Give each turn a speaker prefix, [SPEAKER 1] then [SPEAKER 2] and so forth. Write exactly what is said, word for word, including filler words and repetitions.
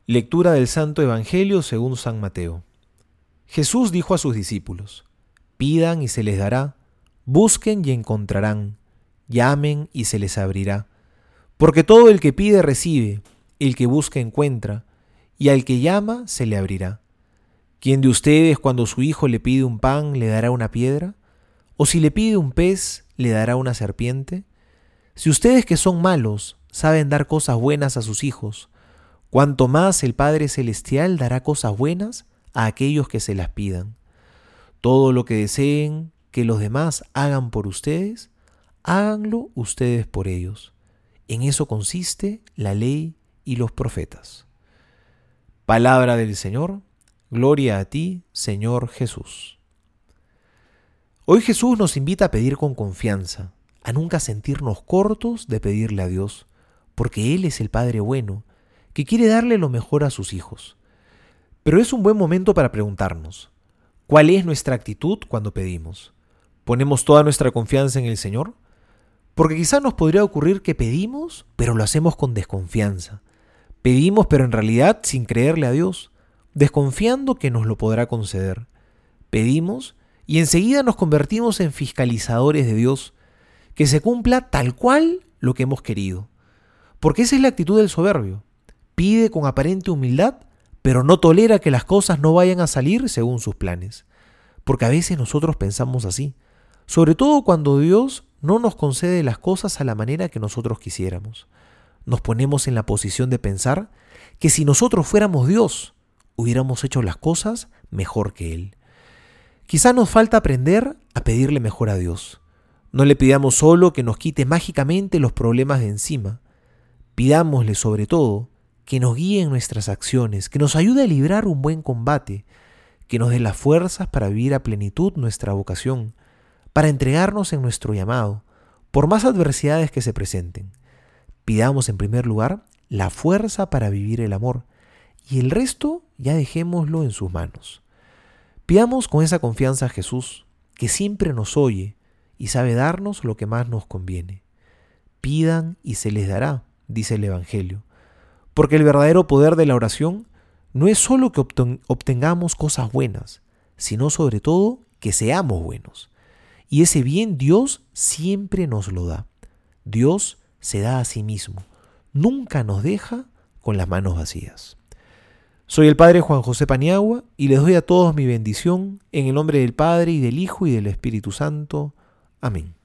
[SPEAKER 1] Lectura del Santo Evangelio según San Mateo. Jesús dijo a sus discípulos: Pidan y se les dará, busquen y encontrarán, llamen y se les abrirá. Porque todo el que pide recibe, el que busca encuentra, y al que llama se le abrirá. ¿Quién de ustedes, cuando su hijo le pide un pan, le dará una piedra? ¿O si le pide un pez, le dará una serpiente? Si ustedes, que son malos, saben dar cosas buenas a sus hijos, ¿cuánto más el Padre Celestial dará cosas buenas a aquellos que se las pidan? Todo lo que deseen que los demás hagan por ustedes, háganlo ustedes por ellos. En eso consiste la ley y los profetas. Palabra del Señor. Gloria a ti, Señor Jesús. Hoy Jesús nos invita a pedir con confianza, a nunca sentirnos cortos de pedirle a Dios, porque Él es el Padre bueno, que quiere darle lo mejor a sus hijos. Pero es un buen momento para preguntarnos, ¿cuál es nuestra actitud cuando pedimos? ¿Ponemos toda nuestra confianza en el Señor? Porque quizá nos podría ocurrir que pedimos, pero lo hacemos con desconfianza. Pedimos, pero en realidad sin creerle a Dios, desconfiando que nos lo podrá conceder. Pedimos y enseguida nos convertimos en fiscalizadores de Dios, que se cumpla tal cual lo que hemos querido. Porque esa es la actitud del soberbio. Pide con aparente humildad, pero no tolera que las cosas no vayan a salir según sus planes. Porque a veces nosotros pensamos así, sobre todo cuando Dios no nos concede las cosas a la manera que nosotros quisiéramos. Nos ponemos en la posición de pensar que si nosotros fuéramos Dios, hubiéramos hecho las cosas mejor que Él. Quizá nos falta aprender a pedirle mejor a Dios. No le pidamos solo que nos quite mágicamente los problemas de encima. Pidámosle sobre todo que nos guíe en nuestras acciones, que nos ayude a librar un buen combate, que nos dé las fuerzas para vivir a plenitud nuestra vocación, para entregarnos en nuestro llamado, por más adversidades que se presenten. Pidamos en primer lugar la fuerza para vivir el amor, y el resto ya dejémoslo en sus manos. Pidamos con esa confianza a Jesús, que siempre nos oye y sabe darnos lo que más nos conviene. Pidan y se les dará, dice el Evangelio, porque el verdadero poder de la oración no es solo que obtengamos cosas buenas, sino sobre todo que seamos buenos. Y ese bien Dios siempre nos lo da. Dios se da a sí mismo, nunca nos deja con las manos vacías. Soy el Padre Juan José Paniagua y les doy a todos mi bendición en el nombre del Padre y del Hijo y del Espíritu Santo. Amén.